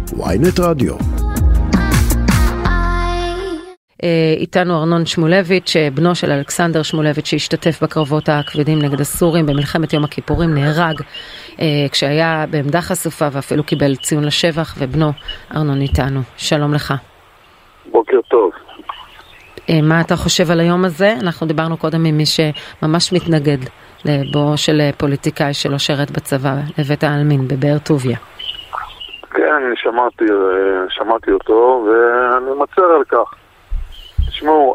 ynet רדיו. איתנו ארנון שמולביץ', בנו של אלכסנדר שמולביץ', שהשתתף בקרבות הכבדים נגד הסורים במלחמת יום הכיפורים, נהרג כשהיה בעמדה חשופה ואפילו קיבל ציון לשבח, ובנו ארנון איתנו. שלום לך. בוקר טוב. מה אתה חושב על היום הזה? אנחנו דיברנו קודם עם מי שממש מתנגד לבוא של פוליטיקאי שלא שרת בצבא, לבית העלמין בבאר טוביה. כן, אני שמעתי אותו ואני מצר על כך. תשמעו,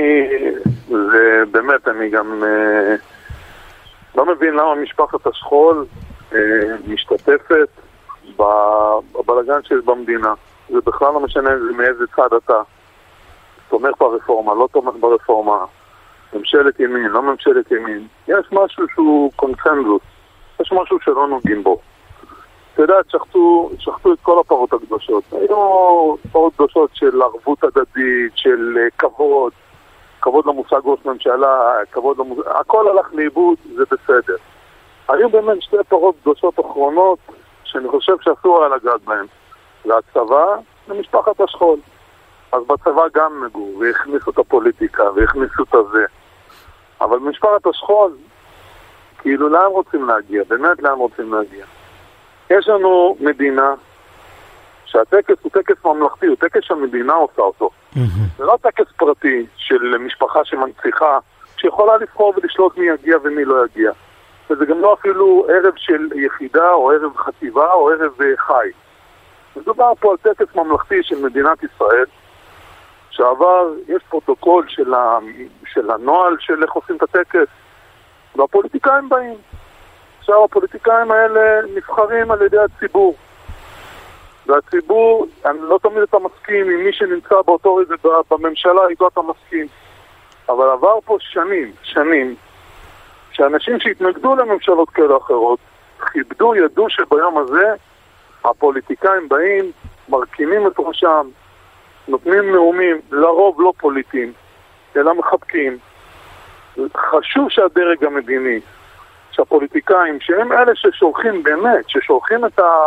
אני גם לא מבין למה משפחת השכול משתתפת בבלגן שיש במדינה. זה בכלל לא משנה מאיזה צד אתה. תומך ברפורמה, לא תומך ברפורמה, ממשלת ימין, לא ממשלת ימין. יש משהו שהוא קונצנזוס, יש משהו שלא נוגעים בו. אתה יודע, שחטו את כל הפרות הקדושות. היו פרות קדושות של ערבות הדדית, של כבוד למושג ראש ממשלה, הכל הלך לאיבוד, זה בסדר. היו באמת שתי פרות קדושות אחרונות שאני חושב שאסור היה לגעת בהן. והצבא ומשפחת השכול. אז בצבא גם נגעו, והכניסו את הפוליטיקה, והכניסו את הזה. אבל במשפחת השכול, כאילו לאן רוצים להגיע? באמת לאן רוצים להגיע? יש לנו מדינה שהטקס הוא טקס ממלכתי, הוא טקס שהמדינה עושה אותו. זה לא טקס פרטי של משפחה שמנציחה, שיכולה לבחור ולשלוט מי יגיע ומי לא יגיע. וזה גם לא אפילו ערב של יחידה, או ערב חטיבה, או ערב חי. מדובר פה על טקס ממלכתי של מדינת ישראל, שעבר, יש פרוטוקול של הנוהל של איך עושים את הטקס, והפוליטיקאים באים. עכשיו הפוליטיקאים האלה נבחרים על ידי הציבור. והציבור, אני לא תמיד אתה מסכים עם מי שנמצא באותו רגע בממשלה, איתו אתה מסכים. אבל עבר פה שנים, שאנשים שהתנגדו לממשלות כאלה אחרות, כיבדו, ידעו שביום הזה הפוליטיקאים באים, מרכינים את ראשם, נותנים נאומים, לרוב לא פוליטיים, אלא מחבקים. חשוב שהדרג המדיני, שהפוליטיקאים, שהם אלה ששולחים באמת, ששולחים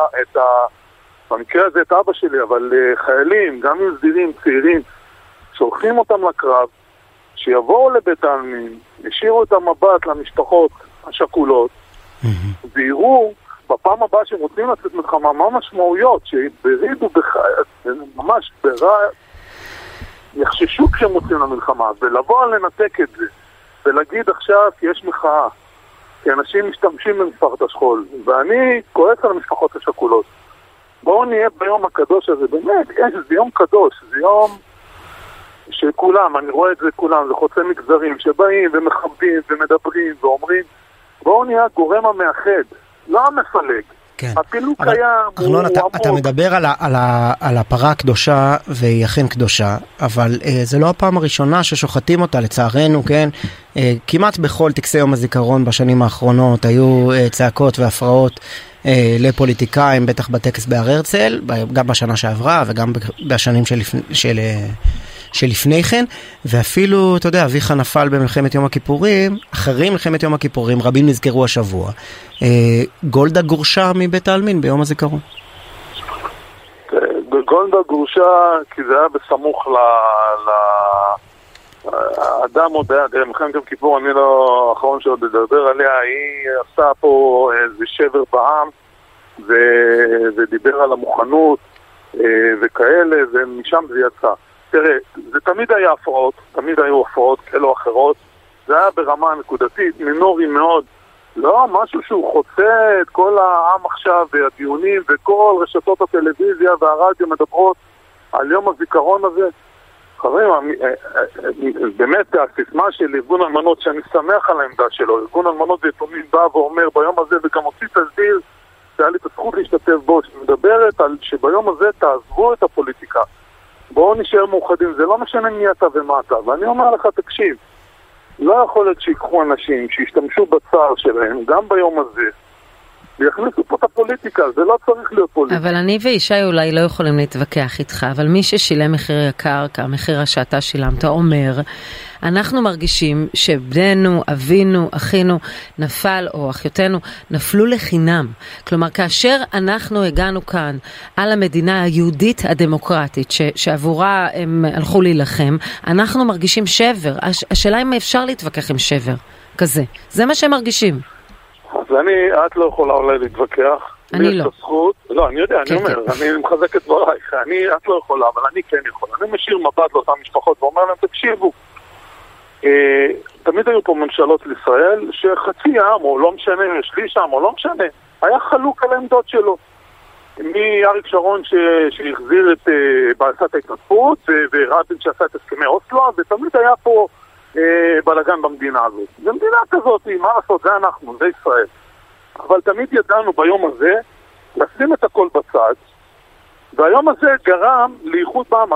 במקרה הזה את אבא שלי, אבל חיילים, גם סדירים, צעירים, שולחים אותם לקרב, שיבואו לבית העלמין, ישירו את המבט למשפחות השכולות, ויראו בפעם הבאה שהם רוצים לצאת מלחמה, מה המשמעויות שברידו ממש יחששו כשהם רוצים למלחמה, ולבוא לנתק את זה, ולהגיד עכשיו יש מחאה, כי אנשים משתמשים במשפחת השכול, ואני כועס על המשפחות השכולות. בואו נהיה ביום הקדוש הזה, באמת, זה יום קדוש, זה יום שכולם, אני רואה את זה כולם, זה חוצה מגזרים שבאים ומכבדים ומדברים ואומרים, בואו נהיה גורם המאחד, לא המפלג. כן. הפילוג היה... ארנון, אתה מדבר על הפרה הקדושה והיא אכן קדושה, אבל זה לא הפעם הראשונה ששוחטים אותה, לצערנו, כן? כמעט בכל טקסי יום הזיכרון בשנים האחרונות היו צעקות והפרעות לפוליטיקאים, בטח בטקס בהר הרצל, גם בשנה שעברה וגם בשנים שלפני כן, ואפילו, אתה יודע, אביך נפל במלחמת יום הכיפורים, אחרי מלחמת יום הכיפורים, רבים נזכרו השבוע. גולדה גורשה מבית העלמין ביום הזיכרון. גולדה גורשה כי זה היה בסמוך האדם עוד היה, מלחמת יום כיפור, אני לא האחרון שעוד לדבר עליה, היא עשה פה איזה שבר בעם, ודיבר על המוכנות וכאלה, ומשם זה יצא. תראה, זה תמיד היה הפרעות, תמיד היו הפרעות כאלה או אחרות, זה היה ברמה נקודתית, מינורי מאוד, לא משהו שהוא חוצה את כל העם עכשיו והדיונים וכל רשתות הטלוויזיה והרדיו מדברות על יום הזיכרון הזה. חברים, באמת הסיסמה של ארגון אלמנות, שאני שמח על העמדה שלו, ארגון אלמנות ויתומים בא ואומר ביום הזה, וגם הוציא תסדיר, שהיה לי את הזכות להשתתף בו, שמדברת על שביום הזה תעזבו את הפוליטיקה. בואו נשאר מאוחדים, זה לא משנה מי אתה ומה אתה. ואני אומר לך, תקשיב, לא יכול להיות שיקחו אנשים שישתמשו בצער שלהם, גם ביום הזה, ויכניסו פה את הפוליטיקה, זה לא צריך להיות פוליטיקה. אבל אני וישי אולי לא יכולים להתווכח איתך, אבל מי ששילם מחיר יקר, כמחיר שאתה שילמת, אומר, אנחנו מרגישים שבנינו, אבינו, אחינו, נפל, או אחיותינו, נפלו לחינם. כלומר, כאשר אנחנו הגענו כאן על המדינה היהודית הדמוקרטית, שעבורה הם הלכו להילחם, אנחנו מרגישים שבר. השאלה אם אפשר להתווכח עם שבר כזה. זה מה שהם מרגישים. אז את לא יכולה אולי להתווכח. אני לא. לא, אני יודע, אני אומר, אני מחזק את דברייך. את לא יכולה, אבל אני כן יכולה. אני משאיר מבט לאותן משפחות ואומר להם, תקשיבו. תמיד היו פה ממשלות לישראל שחצי העם, או לא משנה, שליש העם, או לא משנה, היה חלוק על העמדות שלו. מאריק שרון שהחזיר את בעשת ההתנתקות, ורבין שעשה את הסכמי אוסלו, ותמיד היה פה בלגן במדינה הזאת. זו מדינה כזאת, מה לעשות, זה אנחנו, זה ישראל. אבל תמיד ידענו ביום הזה לשים את הכל בצד, והיום הזה גרם לאיחוד בעם.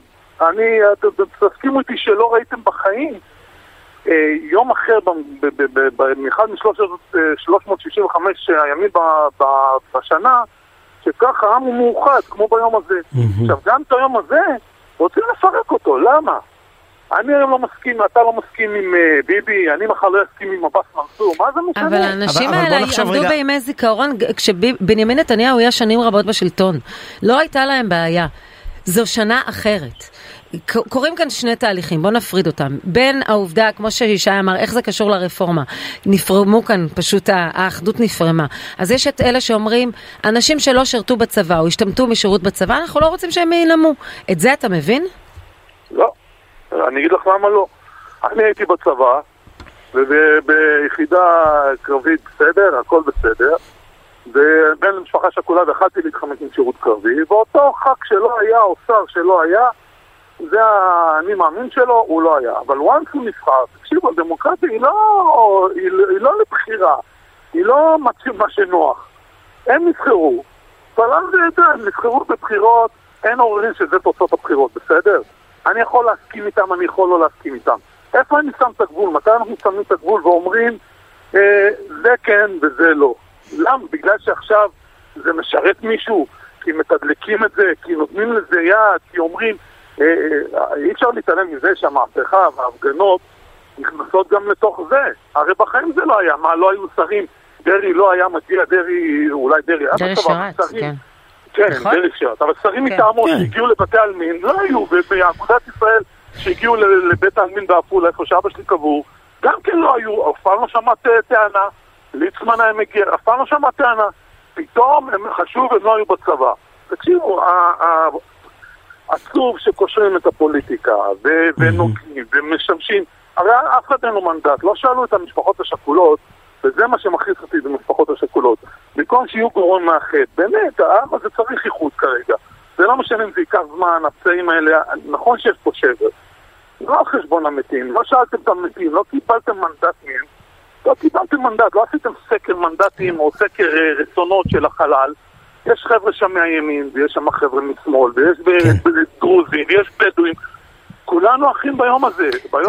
תסכימו איתי שלא ראיתם בחיים יום אחר מאחד מ-365 הימים בשנה שככה העם הוא מאוחד כמו ביום הזה. עכשיו גם את היום הזה רוצים לפרק אותו, למה? אני היום לא מסכים, אתה לא מסכים עם ביבי, אני מחר לא אסכים עם עבאס מנסור, מה זה משנה? אבל האנשים האלה עמדו בימי זיכרון כשבנימין נתניהו היה שנים רבות בשלטון. לא הייתה להם בעיה. זו שנה אחרת. קוראים כאן שני תהליכים, בוא נפריד אותם. בין העובדה, כמו שישי אמר, איך זה קשור לרפורמה. נפרמו כאן, פשוט האחדות נפרמה. אז יש את אלה שאומרים, אנשים שלא שרתו בצבא או השתמטו משירות בצבא, אנחנו לא רוצים שהם ינמו. את זה אתה מבין? לא. אני אגיד לך למה לא. אני הייתי בצבא, וביחידה קרבית בסדר, הכל בסדר, ובין למשפחה שכולה והחלתי להתחמק עם שירות קרבי, ואותו ח"כ שלא היה, או שר שלא היה, זה אני מאמין שלו, הוא לא היה. אבל once הוא נבחר, תקשיבו, הדמוקרטיה היא לא לבחירה, היא לא מה שנוח. הם נבחרו, אבל הם נבחרו בבחירות, אין עוררין שזה תוצאות הבחירות, בסדר? אני יכול להסכים איתם, אני יכול לא להסכים איתם. איפה אני שם את הגבול? מתי אנחנו שמים את הגבול ואומרים זה כן וזה לא? למה? בגלל שעכשיו זה משרת מישהו, כי מתדלקים את זה, כי נותנים לזה יד, כי אומרים אי אפשר להתעלם מזה שהמהפכה וההפגנות נכנסות גם לתוך זה. הרי בחיים זה לא היה. מה, לא היו שרים? דרי לא היה מגיע, דרי, אולי דרי. דרי שרת, כן. כן, דרי שרת. אבל שרים מטעמו שהגיעו לבתי העלמין, לא היו. ובאגודת ישראל שהגיעו לבית העלמין בעפולה, איפה שאבא שלי קבור, גם כן לא היו. אף פעם לא שמעת טענה. ליצמן היה מגיע, אף פעם לא שמעת טענה. פתאום הם חשוב, הם לא היו בצבא. תקשיבו, עצוב שקושרים את הפוליטיקה ונוגעים ומשמשים. הרי אף אחד אין לו מנדט, לא שאלו את המשפחות השכולות, וזה מה שמכניס אותי במשפחות השכולות. במקום שיהיו גורם מאחד, באמת, העם הזה צריך איחוד כרגע. זה לא משנה אם זה ייקח זמן, הפצעים האלה, נכון שיש פה שבר. לא על חשבון המתים, לא שאלתם את המתים, לא קיבלתם מנדט מהם, לא קיבלתם מנדט, לא עשיתם סקר מנדטים או סקר רצונות של החלל. יש חבר'ה שם מהימין, ויש שם חבר'ה משמאל, ויש דרוזים, ויש בדואים. כולנו אחים ביום הזה.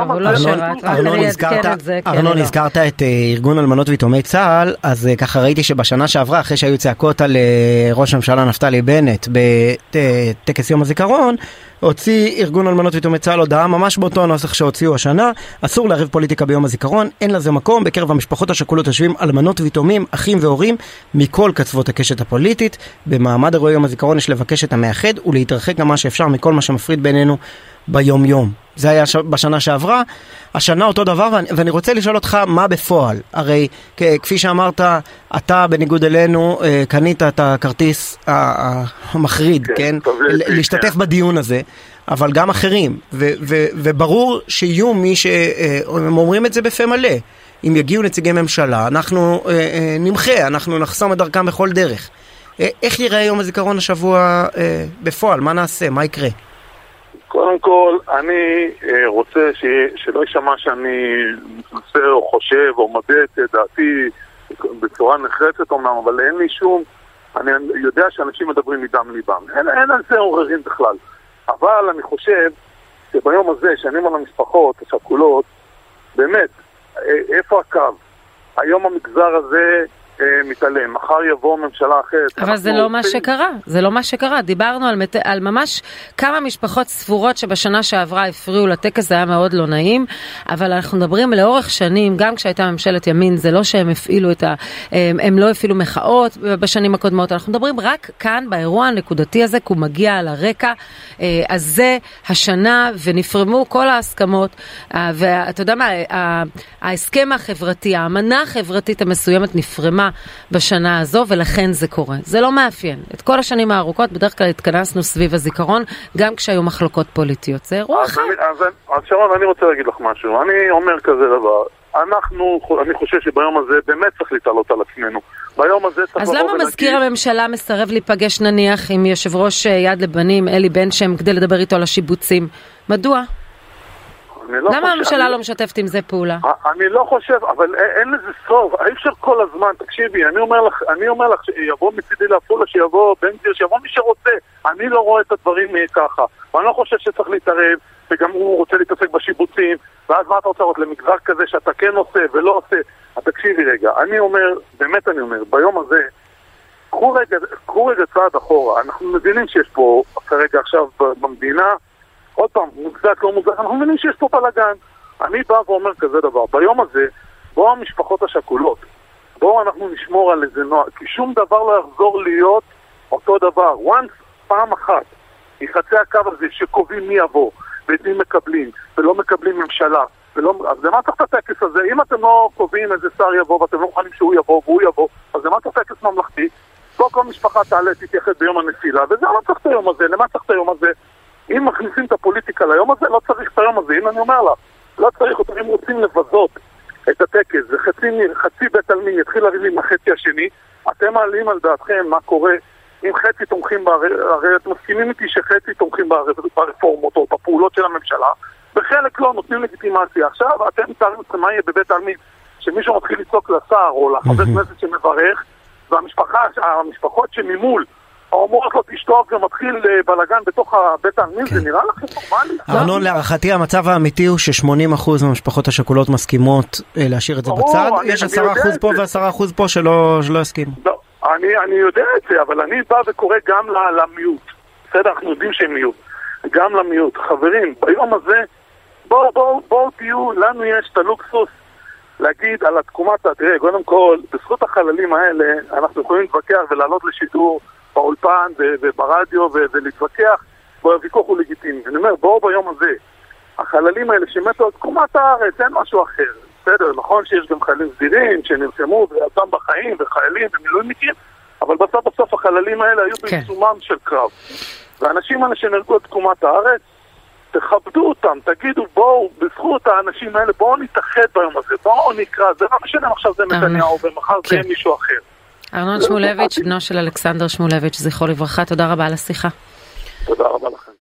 ארנון, הזכרת את ארגון אלמנות ויתומי צה"ל, אז ככה ראיתי שבשנה שעברה, אחרי שהיו צעקות על ראש הממשלה נפתלי בנט בטקס יום הזיכרון, הוציא ארגון אלמנות ויתומי צה"ל הודעה ממש באותו הנוסח שהוציאו השנה: אסור לערב פוליטיקה ביום הזיכרון, אין לזה מקום, בקרב המשפחות השכולות יושבים אלמנות ויתומים, אחים והורים מכל קצוות הקשת הפוליטית, במעמד אירועי יום הזיכרון יש לבקש את המאחד ולהתרחק גם מה שאפשר מכל מה שמפריד בינינו ביום יום. זה היה בשנה שעברה, השנה אותו דבר, ואני רוצה לשאול אותך מה בפועל. הרי כפי שאמרת, אתה בניגוד אלינו קנית את הכרטיס המחריד, כן? להשתתף בדיון הזה, אבל גם אחרים, וברור שיהיו מי שהם אומרים את זה בפה מלא. אם יגיעו נציגי ממשלה, אנחנו נמחה, אנחנו נחסום את דרכם בכל דרך. איך יראה יום הזיכרון השבוע בפועל? מה נעשה? מה יקרה? קודם כל, אני רוצה שלא יישמע שאני מתנסה או חושב או מביע את דעתי בצורה נחרצת אומנם, אבל אין לי שום, אני יודע שאנשים מדברים מדם ליבם. אין על זה עוררין בכלל. אבל אני חושב שביום הזה, שאני אומר למשפחות השכולות, באמת, איפה הקו? היום המגזר הזה מתעלם, מחר יבוא ממשלה אחרת. אבל זה לא מה שקרה, זה לא מה שקרה. דיברנו על ממש כמה משפחות ספורות שבשנה שעברה הפריעו לטקס, זה היה מאוד לא נעים, אבל אנחנו מדברים לאורך שנים, גם כשהייתה ממשלת ימין, זה לא שהם הפעילו הם לא הפעילו מחאות בשנים הקודמות, אנחנו מדברים רק כאן באירוע הנקודתי הזה, כי הוא מגיע על הרקע הזה השנה, ונפרמו כל ההסכמות, ואתה יודע מה, ההסכם החברתי, האמנה החברתית המסוימת נפרמה בשנה הזו, ולכן זה קורה. זה לא מאפיין. את כל השנים הארוכות, בדרך כלל התכנסנו סביב הזיכרון, גם כשהיו מחלוקות פוליטיות. זה אירוע אחר. אז שרון, אני רוצה להגיד לך משהו. אני אומר כזה דבר. אני חושב שביום הזה באמת צריך להתעלות על עצמנו. ביום הזה צריך... אז למה מזכיר הממשלה מסרב להיפגש נניח עם יושב ראש יד לבנים, אלי בן שם, כדי לדבר איתו על השיבוצים? מדוע? למה הממשלה לא משתפת עם זה פעולה? אני לא חושב, אבל אין לזה סוף. אי אפשר כל הזמן, תקשיבי, אני אומר לך שיבוא מצידי לעפולה, שיבוא בן גביר, שיבוא מי שרוצה. אני לא רואה את הדברים ככה. ואני לא חושב שצריך להתערב, וגם הוא רוצה להתעסק בשיבוצים, ואז מה אתה רוצה לראות למגזר כזה שאתה כן עושה ולא עושה? תקשיבי רגע, אני אומר, באמת אני אומר, ביום הזה, קחו רגע צעד אחורה. אנחנו מבינים שיש פה כרגע עכשיו במדינה, עוד פעם, מוצדק, לא מוצדק, אנחנו מבינים שיש פה בלגן. אני בא ואומר כזה דבר, ביום הזה, בואו המשפחות השכולות, בואו אנחנו נשמור על איזה נוער, כי שום דבר לא יחזור להיות אותו דבר. פעם אחת, יחצי הקו הזה שקובעים מי יבוא, ומי מקבלים, ולא מקבלים ממשלה, אז למה צריך את הטקס הזה? אם אתם לא קובעים איזה שר יבוא, ואתם לא מוכנים שהוא יבוא, והוא יבוא, אז למה צריך טקס ממלכתי? בואו כל משפחה תעלה, תתייחד ביום הנפילה, וזה לא צריך את היום הזה. למה צריך את היום הזה? אם מכניסים את הפוליטיקה ליום הזה, לא צריך את היום הזה. אם אני אומר לה, לא צריך אותו. אם רוצים לבזות את הטקס, וחצי בית עלמין יתחיל לריב עם החצי השני, אתם מעלים על דעתכם מה קורה אם חצי תומכים, הרי אתם מסכימים איתי שחצי תומכים ברפורמות או בפעולות של הממשלה, וחלק לא נותנים לגיטימציה. עכשיו אתם מתארים אתכם מה יהיה בבית עלמין, שמישהו מתחיל לצעוק לשר או לחבר כנסת שמברך, והמשפחות שממול אומרות לו תשתוק ומתחיל בלגן בתוך בית העלמין, זה נראה לכם נורמלי? ארנון, להערכתי המצב האמיתי הוא ש80% מהמשפחות השכולות מסכימות להשאיר את זה בצד, יש 10% פה ו10% פה שלא יסכימו. אני יודע את זה, אבל אני בא וקורא גם למיעוט. בסדר, אנחנו יודעים שהם מיעוט. גם למיעוט. חברים, ביום הזה, בואו תהיו, לנו יש את הלוקסוס להגיד על התקומת, תראה, קודם כל, בזכות החללים האלה, אנחנו יכולים להתווכח ולעלות לשידור באולפן וברדיו ולהתווכח, והוויכוח הוא לגיטימי. אני אומר, בואו ביום הזה, החללים האלה שמתו על תקומת הארץ, אין משהו אחר. בסדר, נכון שיש גם חיילים סדירים שנלחמו ועצם בחיים וחיילים ומילואימניקים, אבל בסוף החללים האלה היו בעיצומם של קרב. והאנשים האלה שנהרגו את תקומת הארץ, תכבדו אותם, תגידו בואו, בזכות האנשים האלה, בואו נתאחד ביום הזה, בואו נקרא, זה לא משנה עכשיו זה נתניהו ומחר זה מישהו אחר. ארנון שמואלביץ', בנו של אלכסנדר שמואלביץ', זכרו לברכה, תודה רבה על השיחה. תודה רבה לכם.